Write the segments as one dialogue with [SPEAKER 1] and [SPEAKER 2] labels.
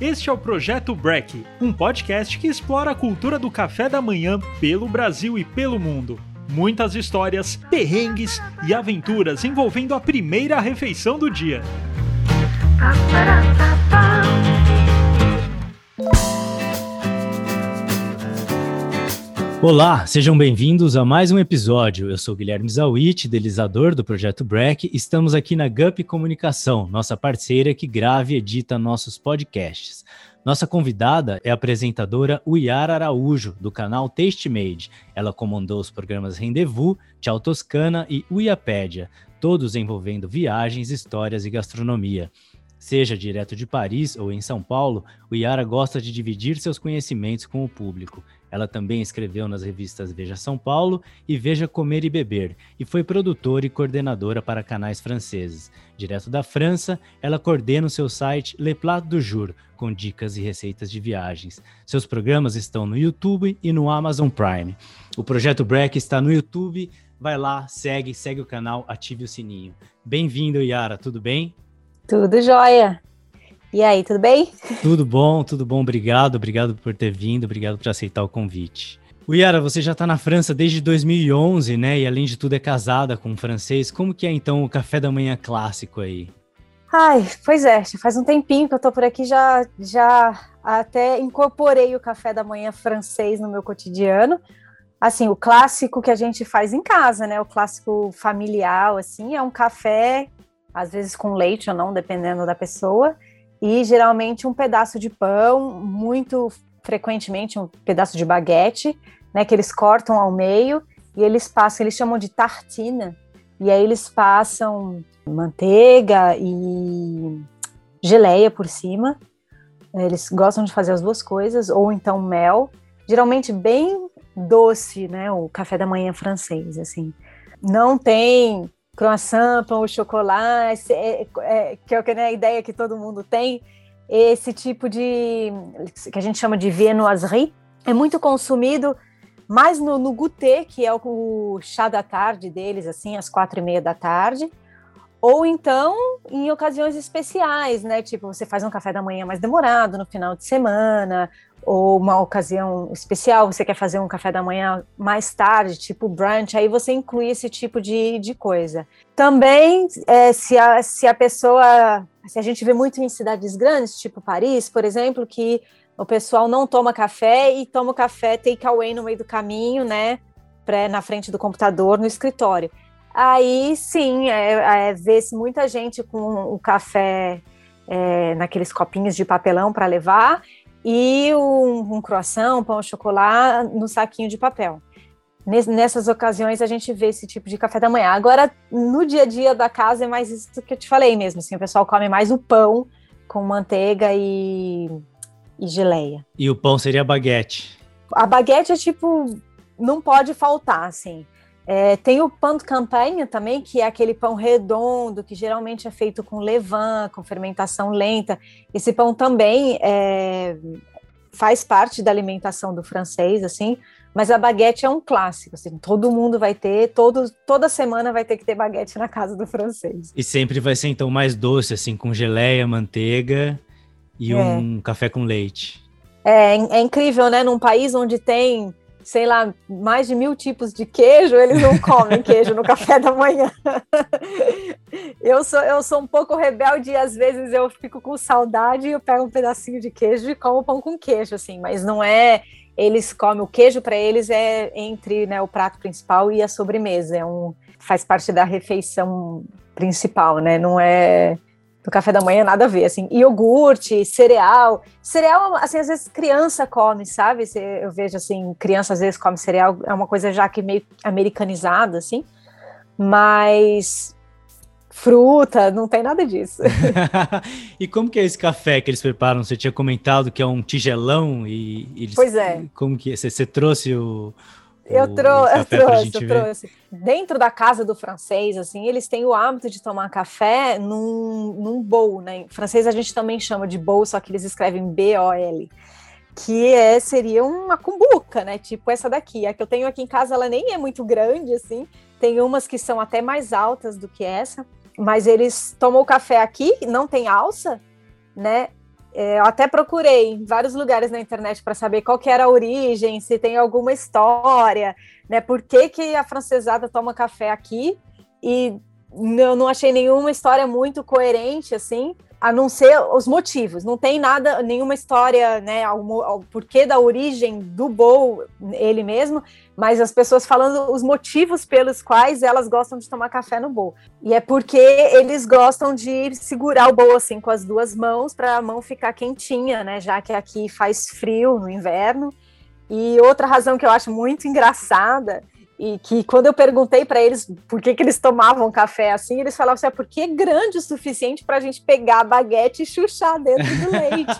[SPEAKER 1] Este é o Projeto Break, um podcast que explora a cultura do café da manhã pelo Brasil e pelo mundo. Muitas histórias, perrengues e aventuras envolvendo a primeira refeição do dia.
[SPEAKER 2] Olá, sejam bem-vindos a mais um episódio. Eu sou Guilherme Zawitch, idealizador do Projeto Break. Estamos aqui na Gup Comunicação, nossa parceira que grava e edita nossos podcasts. Nossa convidada é a apresentadora Uyara Araújo, do canal Taste Made. Ela comandou os programas Rendezvous, Tchau Toscana e Uyapédia, todos envolvendo viagens, histórias e gastronomia. Seja direto de Paris ou em São Paulo, Uyara gosta de dividir seus conhecimentos com o público. Ela também escreveu nas revistas Veja São Paulo e Veja Comer e Beber, e foi produtora e coordenadora para canais franceses. Direto da França, ela coordena o seu site Le Plat du Jour, com dicas e receitas de viagens. Seus programas estão no YouTube e no Amazon Prime. O Projeto Break está no YouTube. Vai lá, segue o canal, ative o sininho. Bem-vindo, Uyara, tudo bem?
[SPEAKER 3] Tudo jóia. E aí, tudo bem?
[SPEAKER 2] Tudo bom, obrigado por ter vindo, obrigado por aceitar o convite. Uyara, você já está na França desde 2011, né? E além de tudo é casada com um francês. Como que é então o café da manhã clássico aí?
[SPEAKER 3] Ai, pois é, já faz um tempinho que eu tô por aqui, já até incorporei o café da manhã francês no meu cotidiano. Assim, o clássico que a gente faz em casa, né? O clássico familiar, assim, é um café, às vezes com leite ou não, dependendo da pessoa. E geralmente um pedaço de pão, muito frequentemente um pedaço de baguete, né, que eles cortam ao meio e eles chamam de tartine, e aí eles passam manteiga e geleia por cima. Eles gostam de fazer as duas coisas, ou então mel, geralmente bem doce, né, o café da manhã francês, assim. Não tem croissant, pão ou chocolate, que é a ideia que todo mundo tem. Esse tipo de, que a gente chama de viennoiserie, é muito consumido mais no goûter, que é o chá da tarde deles, assim, às 4:30 da tarde, ou então em ocasiões especiais, né? Tipo, você faz um café da manhã mais demorado no final de semana, ou uma ocasião especial, você quer fazer um café da manhã mais tarde, tipo brunch, aí você inclui esse tipo de coisa. Também, se a gente vê muito em cidades grandes, tipo Paris, por exemplo, que o pessoal não toma café e toma o café take away no meio do caminho, né, na frente do computador, no escritório. Aí, sim, vê-se muita gente com o café naqueles copinhos de papelão para levar, e um croissant, um pão de chocolate no saquinho de papel. Nessas ocasiões a gente vê esse tipo de café da manhã. Agora, no dia a dia da casa é mais isso que eu te falei mesmo, assim, o pessoal come mais o pão com manteiga e geleia.
[SPEAKER 2] E o pão seria a baguete?
[SPEAKER 3] A baguete é tipo, não pode faltar, assim. Tem o pão de campanha também, que é aquele pão redondo, que geralmente é feito com levain, com fermentação lenta. Esse pão também faz parte da alimentação do francês, assim, mas a baguete é um clássico, assim, todo mundo vai ter, toda semana vai ter que ter baguete na casa do francês.
[SPEAKER 2] E sempre vai ser, então, mais doce, assim, com geleia, manteiga e um café com leite.
[SPEAKER 3] É incrível, né? Num país onde tem, sei lá, mais de 1000 tipos de queijo, eles não comem queijo no café da manhã. Eu sou um pouco rebelde e às vezes eu fico com saudade e eu pego um pedacinho de queijo e como pão com queijo, assim, mas não é, eles comem, o queijo para eles é entre, né, o prato principal e a sobremesa, faz parte da refeição principal, né, não é do café da manhã, nada a ver, assim, iogurte, cereal, assim, às vezes criança come, sabe, eu vejo, assim, criança às vezes come cereal, é uma coisa já que meio americanizada, assim, mas fruta, não tem nada disso.
[SPEAKER 2] E como que é esse café que eles preparam? Você tinha comentado que é um tigelão e eles...
[SPEAKER 3] Pois é.
[SPEAKER 2] Como que é? Você trouxe
[SPEAKER 3] Eu trouxe. Dentro da casa do francês, assim, eles têm o hábito de tomar café num bowl, né? Em francês a gente também chama de bowl, só que eles escrevem B-O-L, que seria uma cumbuca, né? Tipo essa daqui. A que eu tenho aqui em casa, ela nem é muito grande, assim. Tem umas que são até mais altas do que essa, mas eles tomam o café aqui, não tem alça, né? Eu até procurei em vários lugares na internet para saber qual que era a origem, se tem alguma história, né? Por que a afrancesada toma café aqui? E eu não achei nenhuma história muito coerente, assim, a não ser os motivos. Não tem nada, nenhuma história, né? O porquê da origem do bowl, ele mesmo, mas as pessoas falando os motivos pelos quais elas gostam de tomar café no bowl. E é porque eles gostam de segurar o bowl assim com as duas mãos para a mão ficar quentinha, né? Já que aqui faz frio no inverno. E outra razão que eu acho muito engraçada e que quando eu perguntei para eles por que eles tomavam café assim, eles falavam assim, porque é grande o suficiente para a gente pegar a baguete e chuchar dentro do leite.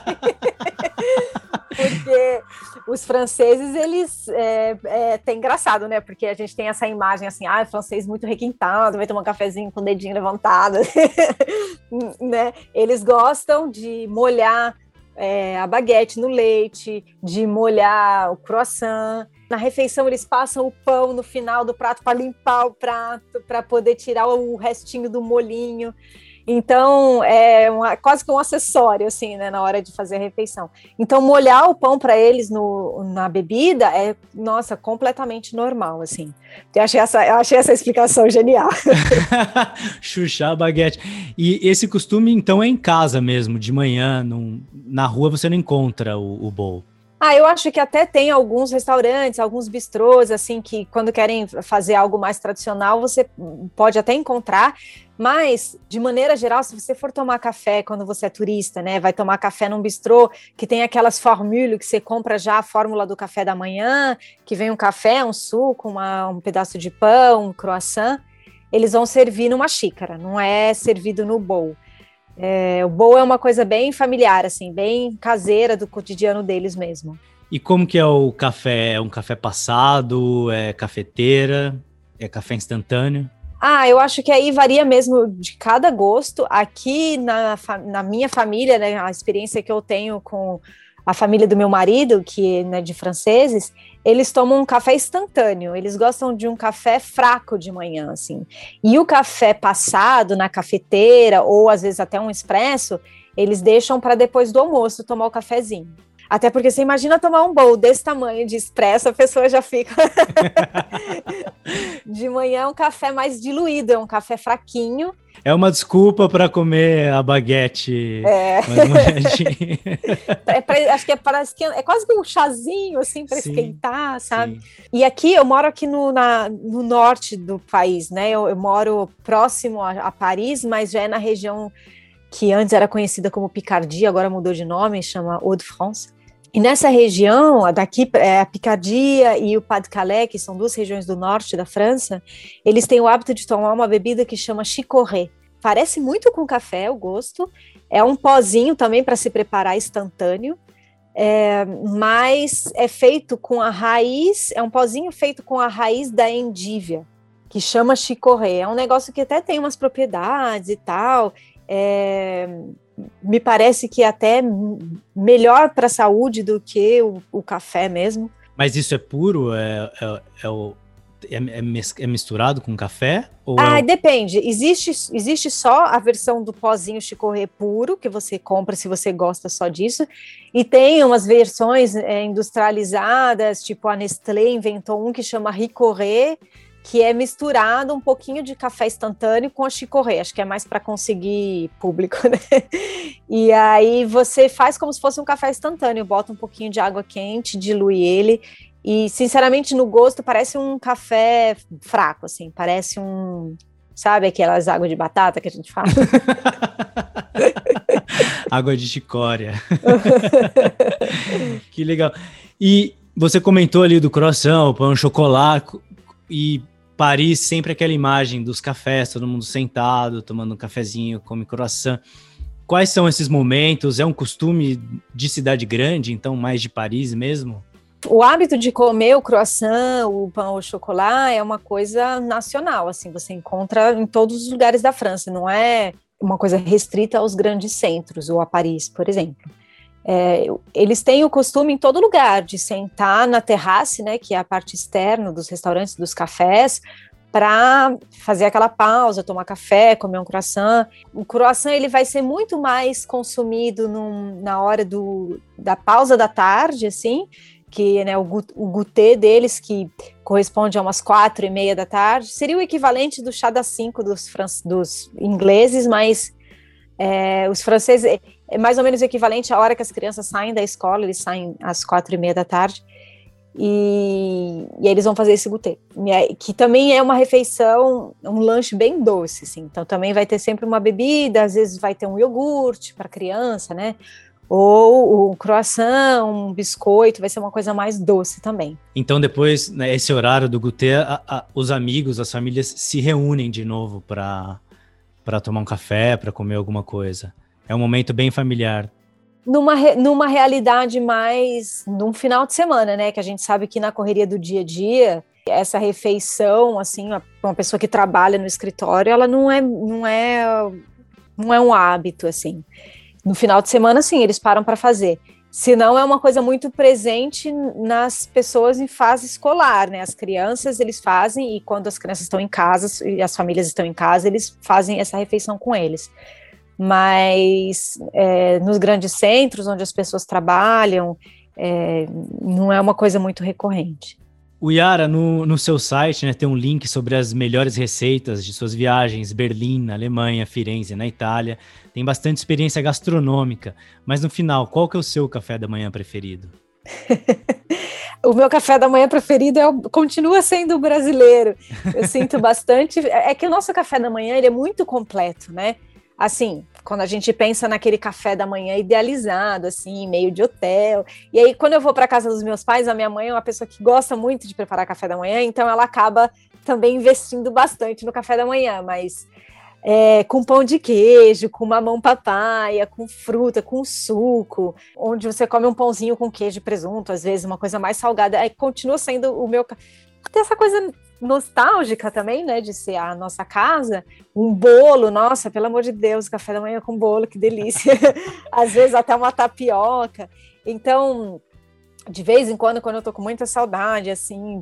[SPEAKER 3] Porque os franceses, eles tem engraçado, né? Porque a gente tem essa imagem assim, francês muito requintado, vai tomar um cafezinho com o dedinho levantado, né? Eles gostam de molhar a baguete no leite, de molhar o croissant. Na refeição, eles passam o pão no final do prato para limpar o prato, para poder tirar o restinho do molhinho. Então, quase que um acessório, assim, né, na hora de fazer a refeição. Então, molhar o pão para eles na bebida é, nossa, completamente normal, assim. Eu achei essa explicação genial.
[SPEAKER 2] Chuchar a baguete. E esse costume, então, é em casa mesmo, de manhã, na rua você não encontra o bowl.
[SPEAKER 3] Eu acho que até tem alguns restaurantes, alguns bistrôs, assim, que quando querem fazer algo mais tradicional, você pode até encontrar, mas, de maneira geral, se você for tomar café quando você é turista, né, vai tomar café num bistrô que tem aquelas formulas que você compra já a fórmula do café da manhã, que vem um café, um suco, um pedaço de pão, um croissant, eles vão servir numa xícara, não é servido no bowl. O bowl é uma coisa bem familiar, assim, bem caseira do cotidiano deles mesmo.
[SPEAKER 2] E como que é o café? É um café passado? É cafeteira? É café instantâneo?
[SPEAKER 3] Eu acho que aí varia mesmo de cada gosto. Aqui na minha família, né, a experiência que eu tenho com a família do meu marido, que é, né, de franceses, eles tomam um café instantâneo, eles gostam de um café fraco de manhã, assim. E o café passado na cafeteira, ou às vezes até um expresso, eles deixam para depois do almoço tomar o cafezinho. Até porque você imagina tomar um bowl desse tamanho de expresso, a pessoa já fica... De manhã é um café mais diluído, é um café fraquinho.
[SPEAKER 2] É uma desculpa para comer a baguete.
[SPEAKER 3] Acho que parece que é quase que um chazinho, assim, para esquentar, sabe?
[SPEAKER 2] Sim.
[SPEAKER 3] E aqui, eu moro aqui no norte do país, né? Eu moro próximo a Paris, mas já é na região que antes era conhecida como Picardie, agora mudou de nome, chama Hauts-de-France. E nessa região, daqui, a Picardia e o Pas-de-Calais, que são duas regiões do norte da França, eles têm o hábito de tomar uma bebida que chama chicorée. Parece muito com café, o gosto. É um pozinho também para se preparar instantâneo, mas é feito com a raiz, é um pozinho feito com a raiz da endívia, que chama chicorée. É um negócio que até tem umas propriedades e tal, me parece que é até melhor para a saúde do que o café mesmo.
[SPEAKER 2] Mas isso é puro? É misturado com café? Ou
[SPEAKER 3] depende. Existe só a versão do pozinho chicorée puro, que você compra se você gosta só disso, e tem umas versões industrializadas, tipo a Nestlé inventou um que chama Ricorée, que é misturado um pouquinho de café instantâneo com a chicorée, acho que é mais para conseguir público, né? E aí você faz como se fosse um café instantâneo, bota um pouquinho de água quente, dilui ele, e sinceramente no gosto parece um café fraco, assim, parece sabe aquelas águas de batata que a gente fala?
[SPEAKER 2] Água de chicória. Que legal. E você comentou ali do croissant, o pão de chocolate, e Paris, sempre aquela imagem dos cafés, todo mundo sentado, tomando um cafezinho, come croissant. Quais são esses momentos? É um costume de cidade grande, então mais de Paris mesmo?
[SPEAKER 3] O hábito de comer o croissant, o pão au chocolat é uma coisa nacional, assim, você encontra em todos os lugares da França, não é uma coisa restrita aos grandes centros, ou a Paris, por exemplo. Eles têm o costume em todo lugar de sentar na terrace, né, que é a parte externa dos restaurantes, dos cafés, para fazer aquela pausa, tomar café, comer um croissant. O croissant ele vai ser muito mais consumido na hora da pausa da tarde, assim, que, né, o goûter deles, que corresponde a umas 4:30 da tarde, seria o equivalente do chá das 5 dos ingleses, mas os franceses é mais ou menos equivalente à hora que as crianças saem da escola, eles saem às 4:30 da tarde. E aí eles vão fazer esse goûter, que também é uma refeição, um lanche bem doce, assim. Então também vai ter sempre uma bebida, às vezes vai ter um iogurte para criança, né? Ou um croissant, um biscoito, vai ser uma coisa mais doce também.
[SPEAKER 2] Então depois, né, esse horário do goûter, os amigos, as famílias se reúnem de novo para tomar um café, para comer alguma coisa. É um momento bem familiar.
[SPEAKER 3] Numa realidade mais num final de semana, né? Que a gente sabe que na correria do dia a dia, essa refeição, assim, uma pessoa que trabalha no escritório, ela não é um hábito, assim. No final de semana, sim, eles param para fazer. Senão é uma coisa muito presente nas pessoas em fase escolar, né? As crianças, eles fazem, e quando as crianças estão em casa e as famílias estão em casa, eles fazem essa refeição com eles. Mas nos grandes centros, onde as pessoas trabalham, não é uma coisa muito recorrente.
[SPEAKER 2] O Yara, no seu site, né, tem um link sobre as melhores receitas de suas viagens, Berlim, na Alemanha, Firenze, na Itália. Tem bastante experiência gastronômica, mas no final, qual que é o seu café da manhã preferido?
[SPEAKER 3] O meu café da manhã preferido continua sendo o brasileiro. Eu sinto bastante... É que o nosso café da manhã ele é muito completo, né? Assim, quando a gente pensa naquele café da manhã idealizado, assim, meio de hotel. E aí, quando eu vou para casa dos meus pais, a minha mãe é uma pessoa que gosta muito de preparar café da manhã, então ela acaba também investindo bastante no café da manhã, mas com pão de queijo, com mamão papaya, com fruta, com suco, onde você come um pãozinho com queijo e presunto, às vezes uma coisa mais salgada, aí continua sendo o meu... Tem essa coisa nostálgica também, né, de ser a nossa casa, um bolo, nossa, pelo amor de Deus, café da manhã com bolo, que delícia, às vezes até uma tapioca. Então, de vez em quando eu tô com muita saudade, assim,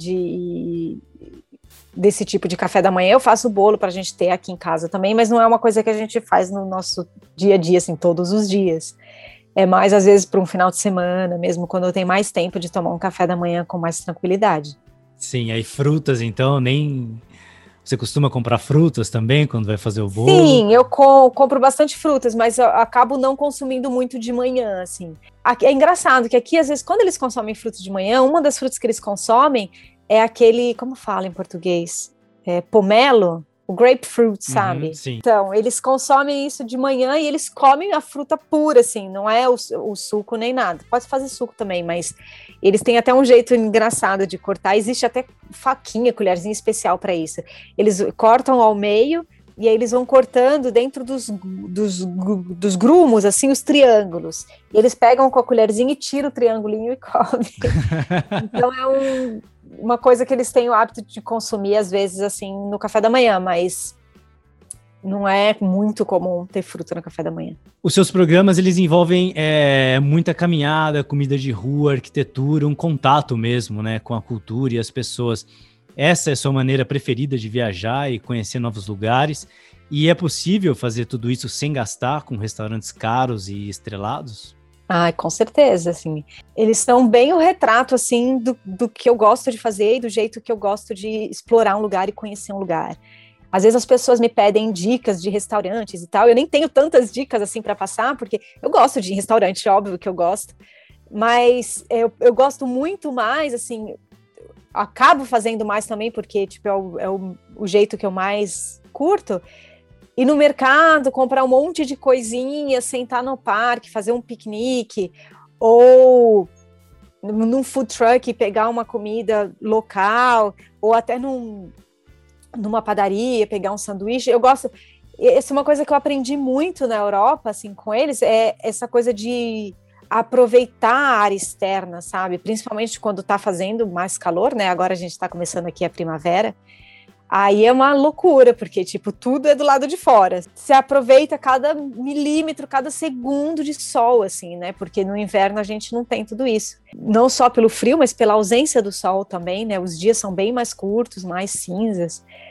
[SPEAKER 3] desse tipo de café da manhã, eu faço bolo pra gente ter aqui em casa também, mas não é uma coisa que a gente faz no nosso dia a dia, assim, todos os dias. É mais, às vezes, para um final de semana, mesmo quando eu tenho mais tempo de tomar um café da manhã com mais tranquilidade.
[SPEAKER 2] Sim, aí frutas, então, Você costuma comprar frutas também quando vai fazer o bolo?
[SPEAKER 3] Sim, eu compro bastante frutas, mas eu acabo não consumindo muito de manhã, assim. É engraçado que aqui, às vezes, quando eles consomem frutas de manhã, uma das frutas que eles consomem é aquele, como fala em português? Pomelo? O grapefruit, sabe?
[SPEAKER 2] Sim.
[SPEAKER 3] Então, eles consomem isso de manhã e eles comem a fruta pura, assim, não é o suco nem nada. Pode fazer suco também, mas eles têm até um jeito engraçado de cortar. Existe até faquinha, colherzinha especial para isso. Eles cortam ao meio e aí eles vão cortando dentro dos grumos, assim, os triângulos. E eles pegam com a colherzinha e tiram o triangulinho e comem. Então uma coisa que eles têm o hábito de consumir, às vezes, assim, no café da manhã, mas não é muito comum ter fruta no café da manhã.
[SPEAKER 2] Os seus programas, eles envolvem muita caminhada, comida de rua, arquitetura, um contato mesmo, né, com a cultura e as pessoas. Essa é a sua maneira preferida de viajar e conhecer novos lugares? E é possível fazer tudo isso sem gastar, com restaurantes caros e estrelados?
[SPEAKER 3] Com certeza, assim, eles são bem o retrato, assim, do que eu gosto de fazer e do jeito que eu gosto de explorar um lugar e conhecer um lugar. Às vezes as pessoas me pedem dicas de restaurantes e tal, eu nem tenho tantas dicas, assim, para passar, porque eu gosto de restaurante, óbvio que eu gosto, mas eu gosto muito mais, assim, acabo fazendo mais também, porque, tipo, é o jeito que eu mais curto. Ir no mercado, comprar um monte de coisinha, sentar no parque, fazer um piquenique, ou num food truck pegar uma comida local, ou até numa padaria, pegar um sanduíche. Eu gosto... Essa é uma coisa que eu aprendi muito na Europa, assim, com eles, é essa coisa de aproveitar a área externa, sabe? Principalmente quando tá fazendo mais calor, né? Agora a gente tá começando aqui a primavera. Aí é uma loucura, porque, tipo, tudo é do lado de fora. Você aproveita cada milímetro, cada segundo de sol, assim, né? Porque no inverno a gente não tem tudo isso. Não só pelo frio, mas pela ausência do sol também, né? Os dias são bem mais curtos, mais cinzas.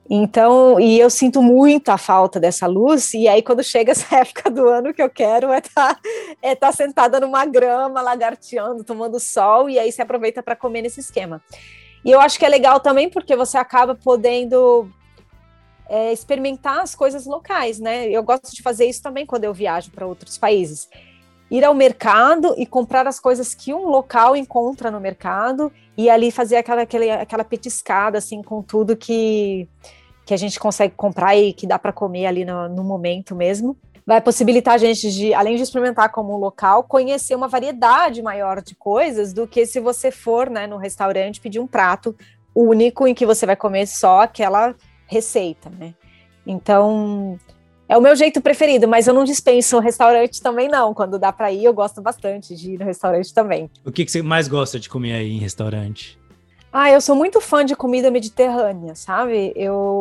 [SPEAKER 3] Então, e eu sinto muito a falta dessa luz, e aí quando chega essa época do ano, o que eu quero é tá sentada numa grama, lagarteando, tomando sol, e aí você aproveita para comer nesse esquema. E eu acho que é legal também porque você acaba podendo experimentar as coisas locais, né? Eu gosto de fazer isso também quando eu viajo para outros países. Ir ao mercado e comprar as coisas que um local encontra no mercado e ali fazer aquela petiscada, assim, com tudo que a gente consegue comprar e que dá para comer ali no momento mesmo. Vai possibilitar a gente, além de experimentar como um local, conhecer uma variedade maior de coisas do que se você for, né, no restaurante pedir um prato único em que você vai comer só aquela receita, né? Então, é o meu jeito preferido, mas eu não dispenso o restaurante também não. Quando dá para ir, eu gosto bastante de ir no restaurante também.
[SPEAKER 2] O que você mais gosta de comer aí em restaurante?
[SPEAKER 3] Eu sou muito fã de comida mediterrânea, sabe?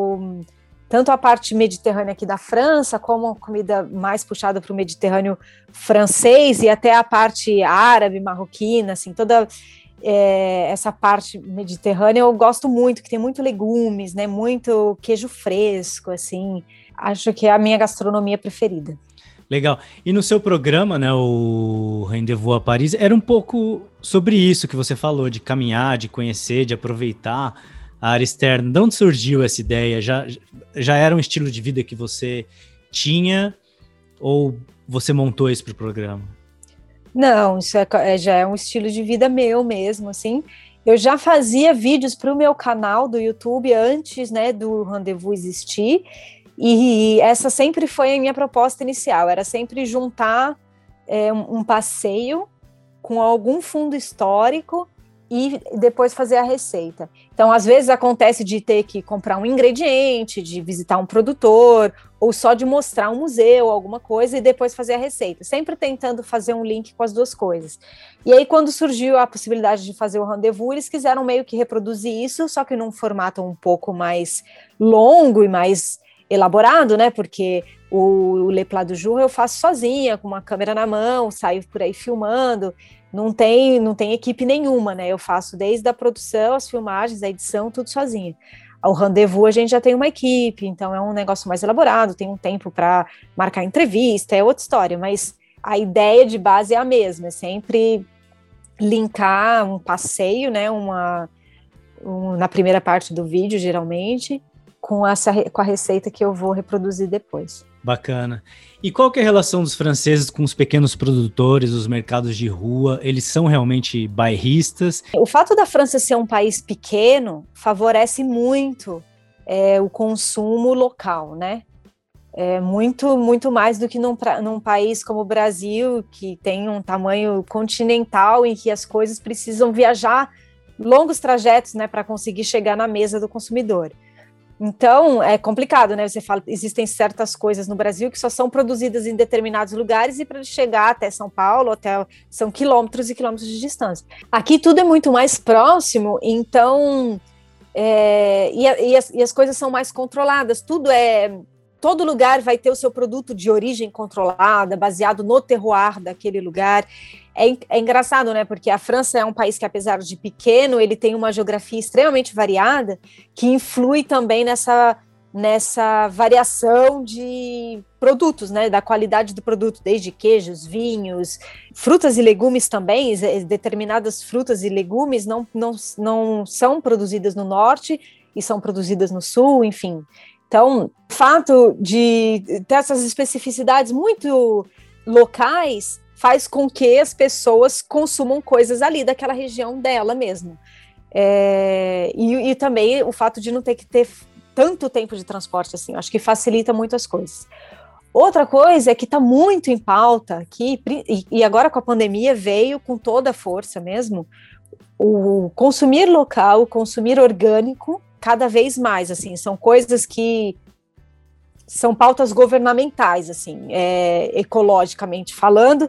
[SPEAKER 3] Tanto a parte mediterrânea aqui da França, como comida mais puxada para o Mediterrâneo francês e até a parte árabe, marroquina, assim, toda essa parte mediterrânea eu gosto muito, que tem muito legumes, né? Muito queijo fresco, assim. Acho que é a minha gastronomia preferida.
[SPEAKER 2] Legal. E no seu programa, né, o Rendezvous à Paris, era um pouco sobre isso que você falou, de caminhar, de conhecer, de aproveitar a área externa. De onde surgiu essa ideia? Já era um estilo de vida que você tinha ou você montou isso para o programa?
[SPEAKER 3] Não, isso já é um estilo de vida meu mesmo, assim. Eu já fazia vídeos para o meu canal do YouTube antes, né, do Rendezvous existir. E essa sempre foi a minha proposta inicial, era sempre juntar um passeio com algum fundo histórico e depois fazer a receita. Então, às vezes acontece de ter que comprar um ingrediente, de visitar um produtor, ou só de mostrar um museu, alguma coisa, e depois fazer a receita, sempre tentando fazer um link com as duas coisas. E aí, quando surgiu a possibilidade de fazer o Rendezvous, eles quiseram meio que reproduzir isso, só que num formato um pouco mais longo e mais elaborado, né? Porque o Le Plat du Jour eu faço sozinha, com uma câmera na mão, saio por aí filmando, não tem equipe nenhuma, né? Eu faço desde a produção, as filmagens, a edição, tudo sozinha. Ao Rendezvous a gente já tem uma equipe, então é um negócio mais elaborado, tem um tempo para marcar entrevista, é outra história, mas a ideia de base é a mesma, é sempre linkar um passeio, né? Na primeira parte do vídeo, geralmente, com a receita que eu vou reproduzir depois.
[SPEAKER 2] Bacana. E qual que é a relação dos franceses com os pequenos produtores, os mercados de rua? Eles são realmente bairristas?
[SPEAKER 3] O fato da França ser um país pequeno favorece muito o consumo local, né? Muito, muito mais do que num país como o Brasil, que tem um tamanho continental em que as coisas precisam viajar longos trajetos, né, para conseguir chegar na mesa do consumidor. Então, é complicado, né? Você fala, existem certas coisas no Brasil que só são produzidas em determinados lugares e para chegar até São Paulo, são quilômetros e quilômetros de distância. Aqui tudo é muito mais próximo, então, as coisas são mais controladas. Todo lugar vai ter o seu produto de origem controlada, baseado no terroir daquele lugar. É engraçado, né? Porque a França é um país que, apesar de pequeno, ele tem uma geografia extremamente variada, que influi também nessa variação de produtos, né? Da qualidade do produto, desde queijos, vinhos, frutas e legumes também. Determinadas frutas e legumes não são produzidas no norte e são produzidas no sul, enfim. Então, o fato de ter essas especificidades muito locais faz com que as pessoas consumam coisas ali daquela região dela mesmo. E também o fato de não ter que ter tanto tempo de transporte assim, acho que facilita muito as coisas. Outra coisa é que está muito em pauta aqui, e agora com a pandemia veio com toda a força mesmo, o consumir local, o consumir orgânico, cada vez mais, assim, são coisas que são pautas governamentais, assim, ecologicamente falando.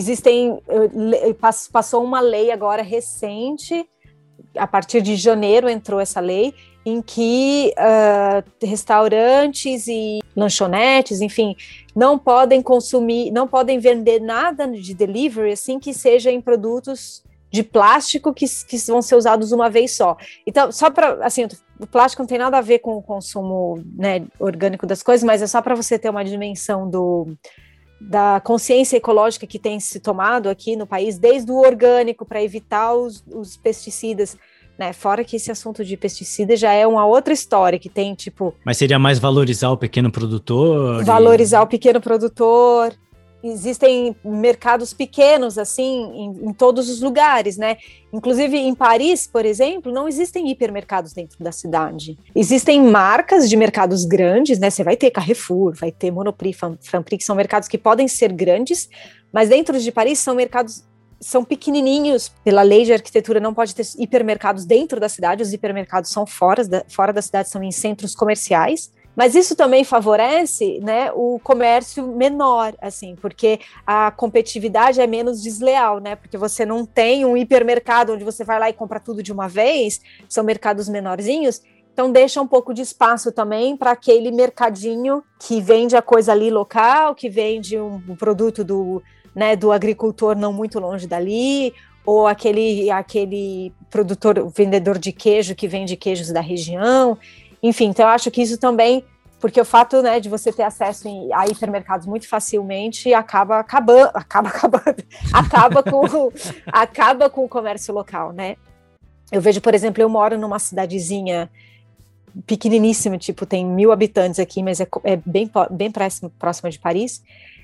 [SPEAKER 3] Passou uma lei agora recente, a partir de janeiro entrou essa lei, em que restaurantes e lanchonetes, enfim, não podem vender nada de delivery, assim, que seja em produtos de plástico que vão ser usados uma vez só. Então, só para, assim, o plástico não tem nada a ver com o consumo, né, orgânico das coisas, mas é só para você ter uma dimensão da consciência ecológica que tem se tomado aqui no país, desde o orgânico para evitar os pesticidas, né? Fora que esse assunto de pesticida já é uma outra história, que tem tipo...
[SPEAKER 2] Mas seria mais valorizar o pequeno produtor?
[SPEAKER 3] Valorizar o pequeno produtor. Existem mercados pequenos, assim, em todos os lugares, né? Inclusive, em Paris, por exemplo, não existem hipermercados dentro da cidade. Existem marcas de mercados grandes, né? Você vai ter Carrefour, vai ter Monoprix, Franprix, que são mercados que podem ser grandes, mas dentro de Paris são mercados, são pequenininhos. Pela lei de arquitetura não pode ter hipermercados dentro da cidade, os hipermercados são fora da cidade, são em centros comerciais. Mas isso também favorece, né, o comércio menor, assim, porque a competitividade é menos desleal, né? Porque você não tem um hipermercado onde você vai lá e compra tudo de uma vez, são mercados menorzinhos, então deixa um pouco de espaço também para aquele mercadinho que vende a coisa ali local, que vende um produto do agricultor não muito longe dali, ou aquele produtor, vendedor de queijo que vende queijos da região. Enfim, então eu acho que isso também, porque o fato, né, de você ter acesso a hipermercados muito facilmente acaba com o comércio local, né? Eu vejo, por exemplo, eu moro numa cidadezinha pequeniníssima, tipo, tem 1.000 habitantes aqui, mas é bem próxima de Paris,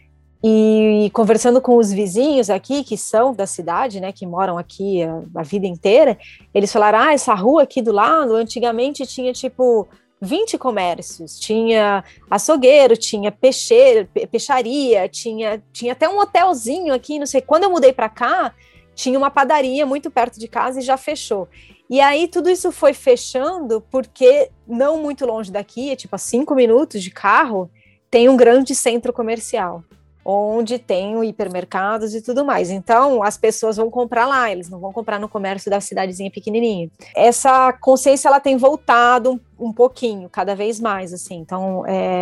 [SPEAKER 3] e conversando com os vizinhos aqui, que são da cidade, né, que moram aqui a vida inteira, eles falaram, essa rua aqui do lado, antigamente tinha, tipo, 20 comércios, tinha açougueiro, tinha peixaria, tinha até um hotelzinho aqui, não sei, quando eu mudei para cá, tinha uma padaria muito perto de casa e já fechou. E aí tudo isso foi fechando porque não muito longe daqui, tipo a 5 minutos de carro, tem um grande centro comercial, onde tem hipermercados e tudo mais. Então, as pessoas vão comprar lá, eles não vão comprar no comércio da cidadezinha pequenininha. Essa consciência, ela tem voltado um pouquinho, cada vez mais, assim. Então,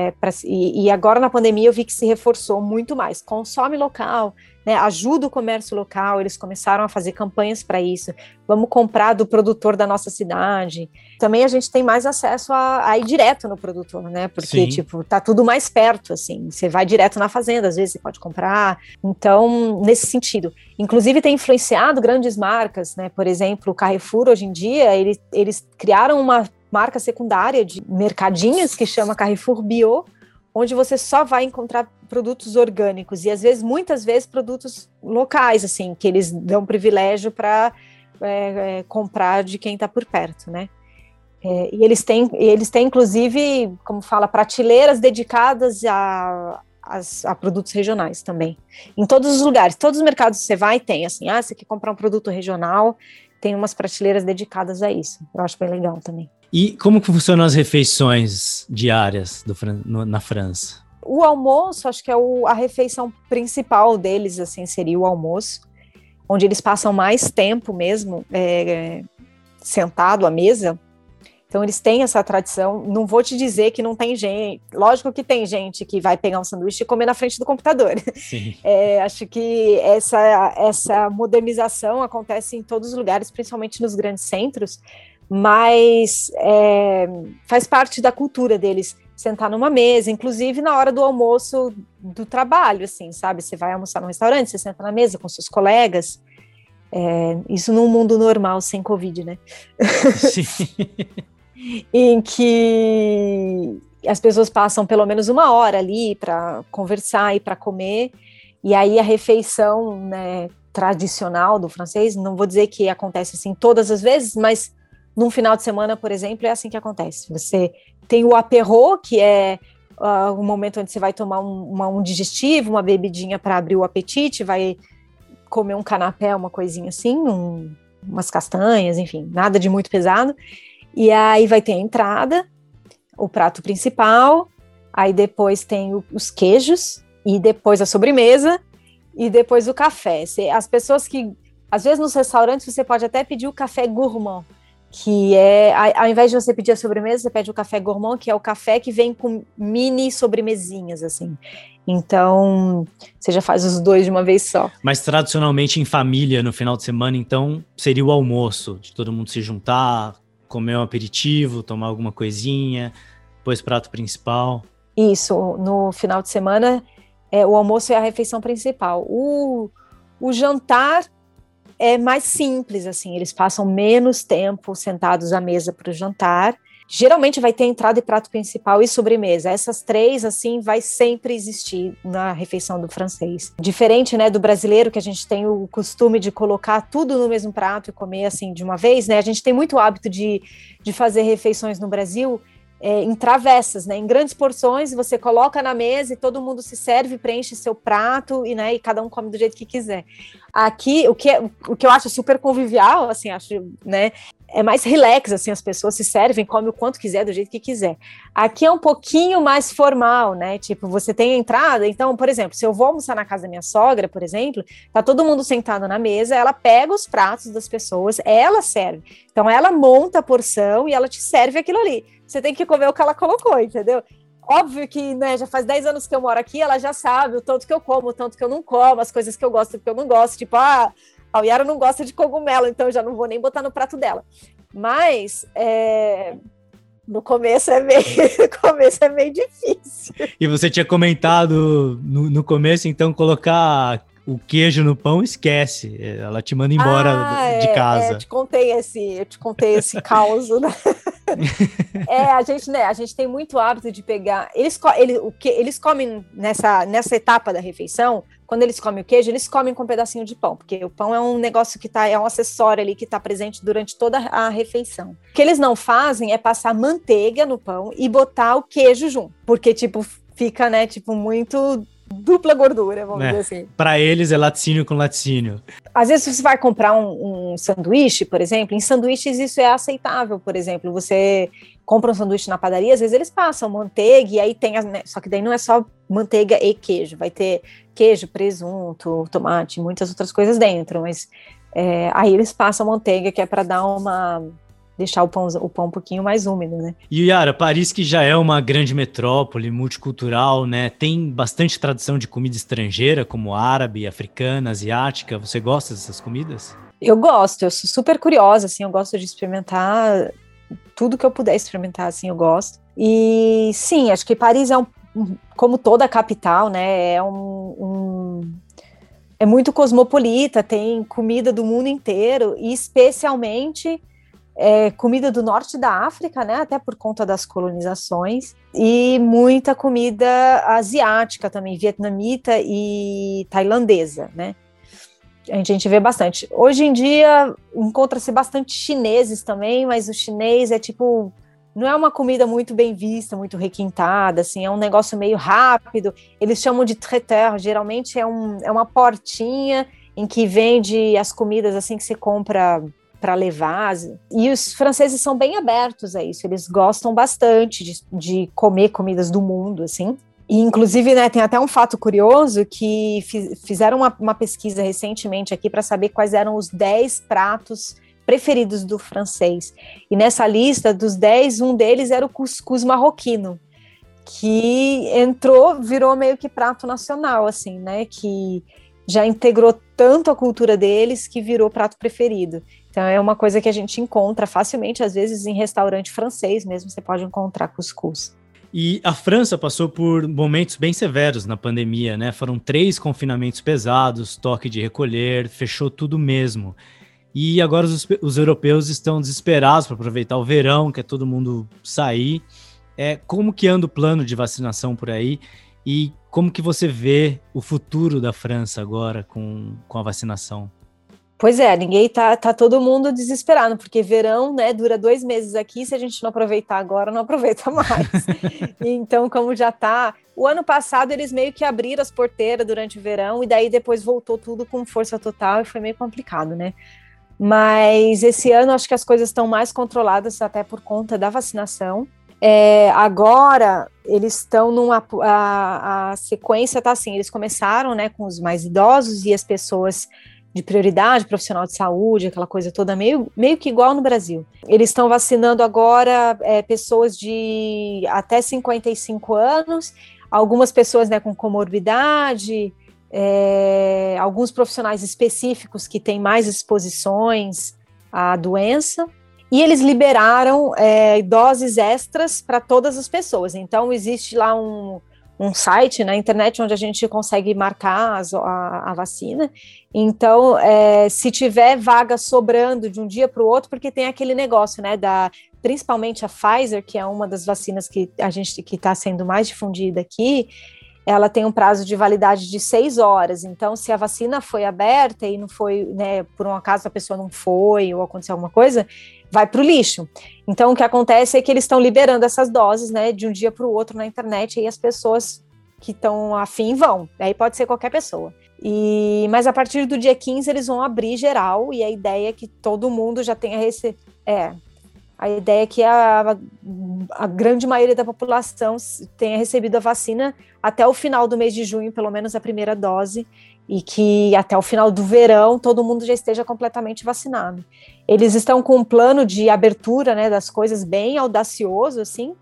[SPEAKER 3] e agora na pandemia eu vi que se reforçou muito mais. Consome local, né, ajuda o comércio local, eles começaram a fazer campanhas para isso. Vamos comprar do produtor da nossa cidade. Também a gente tem mais acesso a ir direto no produtor, né? Porque,
[SPEAKER 2] Sim,
[SPEAKER 3] tipo, tá tudo mais perto, assim. Você vai direto na fazenda, às vezes você pode comprar. Então, nesse sentido. Inclusive, tem influenciado grandes marcas, né? Por exemplo, o Carrefour, hoje em dia, eles criaram uma marca secundária de mercadinhos que chama Carrefour Bio, onde você só vai encontrar produtos orgânicos e, às vezes, muitas vezes, produtos locais, assim, que eles dão privilégio para comprar de quem está por perto, né? E eles têm, inclusive, como fala, prateleiras dedicadas a produtos regionais também. Em todos os lugares, todos os mercados que você vai, tem, assim, você quer comprar um produto regional, tem umas prateleiras dedicadas a isso. Eu acho bem legal também.
[SPEAKER 2] E como que funcionam as refeições diárias na França?
[SPEAKER 3] O almoço, acho que é a refeição principal deles, assim, seria o almoço, onde eles passam mais tempo mesmo sentado à mesa. Então, eles têm essa tradição. Não vou te dizer que não tem gente. Lógico que tem gente que vai pegar um sanduíche e comer na frente do computador.
[SPEAKER 2] Sim.
[SPEAKER 3] Acho que essa modernização acontece em todos os lugares, principalmente nos grandes centros, mas faz parte da cultura deles sentar numa mesa, inclusive na hora do almoço do trabalho, assim, sabe? Você vai almoçar num restaurante, você senta na mesa com seus colegas. Isso num mundo normal, sem Covid, né?
[SPEAKER 2] Sim.
[SPEAKER 3] Em que as pessoas passam pelo menos 1 hora ali para conversar e para comer, e aí a refeição, né, tradicional do francês, não vou dizer que acontece assim todas as vezes, mas num final de semana, por exemplo, é assim que acontece. Você tem o apéro, que é o momento onde você vai tomar um digestivo, uma bebidinha para abrir o apetite, vai comer um canapé, uma coisinha assim, umas castanhas, enfim, nada de muito pesado. E aí vai ter a entrada, o prato principal, aí depois tem os queijos, e depois a sobremesa, e depois o café. As pessoas que, às vezes nos restaurantes você pode até pedir o café gourmand, que ao invés de você pedir a sobremesa, você pede o café gourmand, que é o café que vem com mini sobremesinhas, assim. Então, você já faz os dois de uma vez só.
[SPEAKER 2] Mas tradicionalmente em família, no final de semana, então, seria o almoço, de todo mundo se juntar, comer um aperitivo, tomar alguma coisinha, depois prato principal.
[SPEAKER 3] Isso, no final de semana, o almoço é a refeição principal. O jantar é mais simples, assim, eles passam menos tempo sentados à mesa para o jantar. Geralmente vai ter entrada e prato principal e sobremesa. Essas três, assim, vai sempre existir na refeição do francês. Diferente, né, do brasileiro, que a gente tem o costume de colocar tudo no mesmo prato e comer, assim, de uma vez, né? A gente tem muito hábito de fazer refeições no Brasil em travessas, né? Em grandes porções, você coloca na mesa e todo mundo se serve, preenche seu prato e, né, e cada um come do jeito que quiser. Aqui, o que eu acho super convivial, assim, acho, né, é mais relax, assim, as pessoas se servem, comem o quanto quiser, do jeito que quiser. Aqui é um pouquinho mais formal, né, tipo, você tem a entrada, então, por exemplo, se eu vou almoçar na casa da minha sogra, por exemplo, tá todo mundo sentado na mesa, ela pega os pratos das pessoas, ela serve. Então, ela monta a porção e ela te serve aquilo ali. Você tem que comer o que ela colocou, entendeu? Óbvio que, né, já faz 10 anos que eu moro aqui, ela já sabe o tanto que eu como, o tanto que eu não como, as coisas que eu gosto e que eu não gosto, tipo, a Yara não gosta de cogumelo, então eu já não vou nem botar no prato dela. Mas no começo é meio difícil.
[SPEAKER 2] E você tinha comentado no começo, então, colocar o queijo no pão, esquece. Ela te manda embora de casa.
[SPEAKER 3] Eu te contei esse caos, né? A gente tem muito hábito de pegar. Eles comem nessa etapa da refeição. Quando eles comem o queijo, eles comem com um pedacinho de pão, porque o pão é um negócio é um acessório ali que está presente durante toda a refeição. O que eles não fazem é passar manteiga no pão e botar o queijo junto, porque, tipo, fica, né, tipo, muito dupla gordura, vamos dizer assim.
[SPEAKER 2] Para eles é laticínio com laticínio.
[SPEAKER 3] Às vezes você vai comprar um sanduíche, por exemplo, em sanduíches isso é aceitável, por exemplo, você compra um sanduíche na padaria, às vezes eles passam manteiga e aí tem, só que daí não é só manteiga e queijo, vai ter queijo, presunto, tomate, muitas outras coisas dentro, mas aí eles passam manteiga, que é para deixar o pão um pouquinho mais úmido, né?
[SPEAKER 2] E Yara, Paris, que já é uma grande metrópole multicultural, né? Tem bastante tradição de comida estrangeira, como árabe, africana, asiática. Você gosta dessas comidas?
[SPEAKER 3] Eu gosto, eu sou super curiosa, assim, eu gosto de experimentar tudo que eu puder experimentar, assim, eu gosto. E sim, acho que Paris como toda a capital, né? É muito cosmopolita, tem comida do mundo inteiro e especialmente comida do norte da África, né, até por conta das colonizações, e muita comida asiática também, vietnamita e tailandesa, né, a gente vê bastante. Hoje em dia encontra-se bastante chineses também, mas o chinês não é uma comida muito bem vista, muito requintada, assim, é um negócio meio rápido, eles chamam de traiteur, geralmente é uma portinha em que vende as comidas assim que você compra para levar, e os franceses são bem abertos a isso, eles gostam bastante de comer comidas do mundo, assim, e inclusive, né, tem até um fato curioso que fizeram uma pesquisa recentemente aqui para saber quais eram os 10 pratos preferidos do francês, e nessa lista dos 10, um deles era o cuscuz marroquino, que virou meio que prato nacional, assim, né, que já integrou tanto a cultura deles que virou prato preferido. Então é uma coisa que a gente encontra facilmente, às vezes em restaurante francês mesmo, você pode encontrar cuscuz.
[SPEAKER 2] E a França passou por momentos bem severos na pandemia, né? Foram 3 confinamentos pesados, toque de recolher, fechou tudo mesmo. E agora os europeus estão desesperados para aproveitar o verão, quer todo mundo sair. Como que anda o plano de vacinação por aí? E como que você vê o futuro da França agora com a vacinação?
[SPEAKER 3] Pois é, tá todo mundo desesperado, porque verão, né, dura 2 meses aqui, se a gente não aproveitar agora, não aproveita mais. Então, como já tá... O ano passado, eles meio que abriram as porteiras durante o verão, e daí depois voltou tudo com força total, e foi meio complicado, né? Mas esse ano, acho que as coisas estão mais controladas, até por conta da vacinação. Agora, eles estão a sequência tá assim, eles começaram, né, com os mais idosos e as pessoas de prioridade, profissional de saúde, aquela coisa toda meio que igual no Brasil. Eles estão vacinando agora pessoas de até 55 anos, algumas pessoas, né, com comorbidade, alguns profissionais específicos que têm mais exposições à doença, e eles liberaram doses extras para todas as pessoas. Então, existe lá um site na internet onde a gente consegue marcar a vacina. Então, se tiver vaga sobrando de um dia para o outro, porque tem aquele negócio, né, principalmente a Pfizer, que é uma das vacinas que está sendo mais difundida aqui, ela tem um prazo de validade de 6 horas. Então, se a vacina foi aberta e não foi, né, por um acaso a pessoa não foi ou aconteceu alguma coisa, vai para o lixo. Então, o que acontece é que eles estão liberando essas doses, né, de um dia para o outro na internet, e as pessoas que estão afim vão. Aí pode ser qualquer pessoa. Mas a partir do dia 15 eles vão abrir geral, e a ideia é que todo mundo já tenha recebido. A ideia é que a grande maioria da população tenha recebido a vacina até o final do mês de junho, pelo menos a primeira dose, e que até o final do verão todo mundo já esteja completamente vacinado. Eles estão com um plano de abertura, né, das coisas bem audacioso, assim.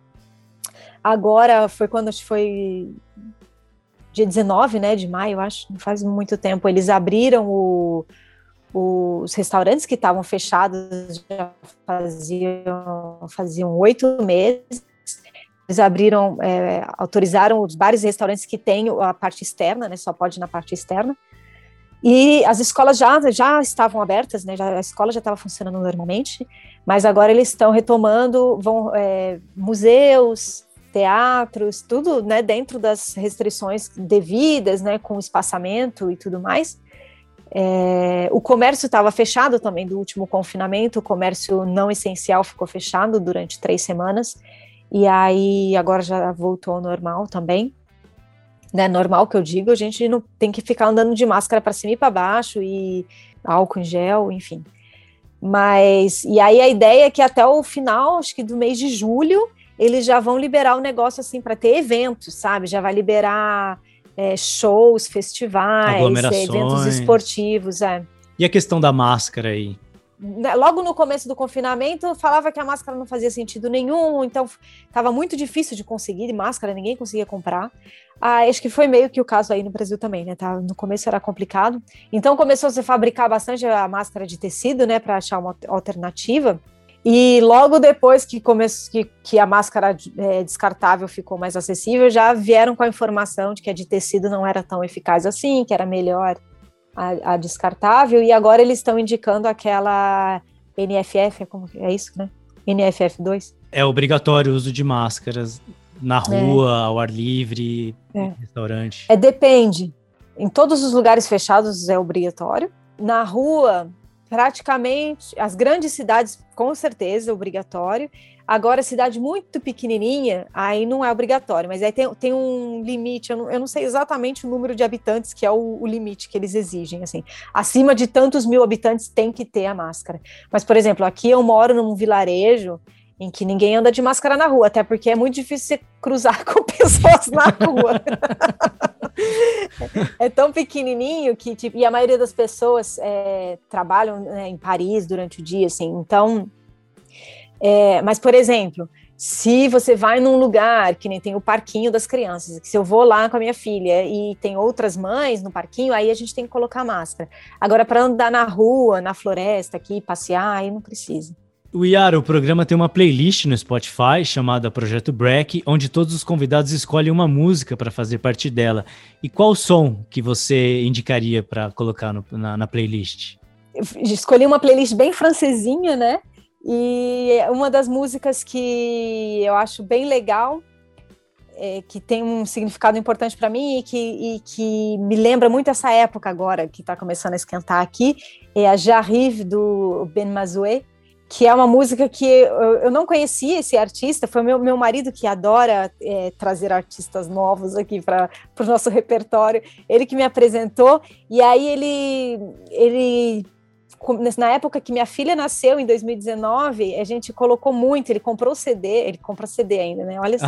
[SPEAKER 3] Agora foi dia 19, né, de maio, acho, não faz muito tempo, eles abriram os restaurantes que estavam fechados já faziam 8 meses. Eles abriram, autorizaram os bares e restaurantes que têm a parte externa, né, só pode ir na parte externa. E as escolas já estavam abertas, né, a escola já estava funcionando normalmente, mas agora eles estão retomando, museus, teatros, tudo, né, dentro das restrições devidas, né, com espaçamento e tudo mais. O comércio estava fechado também do último confinamento, o comércio não essencial ficou fechado durante 3 semanas, e aí agora já voltou ao normal também, né, normal que eu digo, a gente não tem que ficar andando de máscara para cima e para baixo, e álcool em gel, enfim. E aí a ideia é que até o final, acho que do mês de julho, eles já vão liberar o negócio assim para ter eventos, sabe, já vai liberar shows, festivais, eventos esportivos.
[SPEAKER 2] E a questão da máscara aí?
[SPEAKER 3] Logo no começo do confinamento, falava que a máscara não fazia sentido nenhum, então estava muito difícil de conseguir máscara, ninguém conseguia comprar. Acho que foi meio que o caso aí no Brasil também, né? No começo era complicado. Então começou a se fabricar bastante a máscara de tecido, né? Para achar uma alternativa. E logo depois que a máscara descartável ficou mais acessível, já vieram com a informação de que a de tecido não era tão eficaz assim, que era melhor a descartável, e agora eles estão indicando aquela NFF, é isso, né? NFF2.
[SPEAKER 2] É obrigatório o uso de máscaras na rua, ao ar livre, em restaurante.
[SPEAKER 3] Depende. Em todos os lugares fechados é obrigatório. Na rua, praticamente, as grandes cidades, com certeza, é obrigatório. Agora, cidade muito pequenininha, aí não é obrigatório, mas aí tem um limite, eu não sei exatamente o número de habitantes que é o limite que eles exigem, assim. Acima de tantos 1000 habitantes tem que ter a máscara. Mas, por exemplo, aqui eu moro num vilarejo em que ninguém anda de máscara na rua, até porque é muito difícil você cruzar com pessoas na rua. É tão pequenininho que, tipo, e a maioria das pessoas trabalham, né, em Paris durante o dia, assim, então... mas, por exemplo, se você vai num lugar que nem tem o parquinho das crianças, que se eu vou lá com a minha filha e tem outras mães no parquinho, aí a gente tem que colocar máscara. Agora, para andar na rua, na floresta aqui, passear, aí não precisa.
[SPEAKER 2] Yara, o programa tem uma playlist no Spotify chamada Projeto Break, onde todos os convidados escolhem uma música para fazer parte dela. E qual som que você indicaria para colocar na playlist?
[SPEAKER 3] Eu escolhi uma playlist bem francesinha, né? E uma das músicas que eu acho bem legal, que tem um significado importante para mim e que me lembra muito essa época agora, que está começando a esquentar aqui, é a J'arrive, do Ben Mazoué, que é uma música que eu não conhecia esse artista, foi meu marido que adora trazer artistas novos aqui para o nosso repertório, ele que me apresentou, e aí ele na época que minha filha nasceu, em 2019, a gente colocou muito, ele comprou o CD, ele compra CD ainda, né, olha só.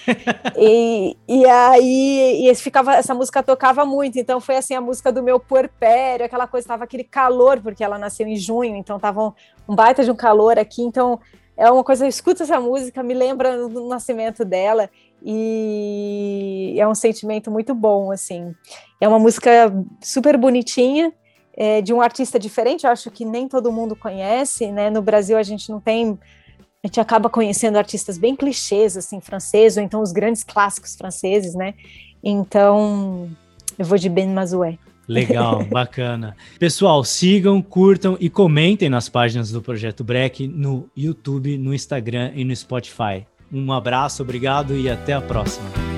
[SPEAKER 3] E aí essa música tocava muito, então foi assim a música do meu puerpério, aquela coisa, tava aquele calor, porque ela nasceu em junho, então tava um baita de um calor aqui, então é uma coisa, eu escuto essa música, me lembra do nascimento dela, e é um sentimento muito bom, assim. É uma música super bonitinha, de um artista diferente, eu acho que nem todo mundo conhece, né? No Brasil a gente não tem, a gente acaba conhecendo artistas bem clichês, assim, franceses, ou então os grandes clássicos franceses, né? Então, eu vou de Ben Mazué.
[SPEAKER 2] Legal, bacana. Pessoal, sigam, curtam e comentem nas páginas do Projeto Breck, no YouTube, no Instagram e no Spotify. Um abraço, obrigado e até a próxima.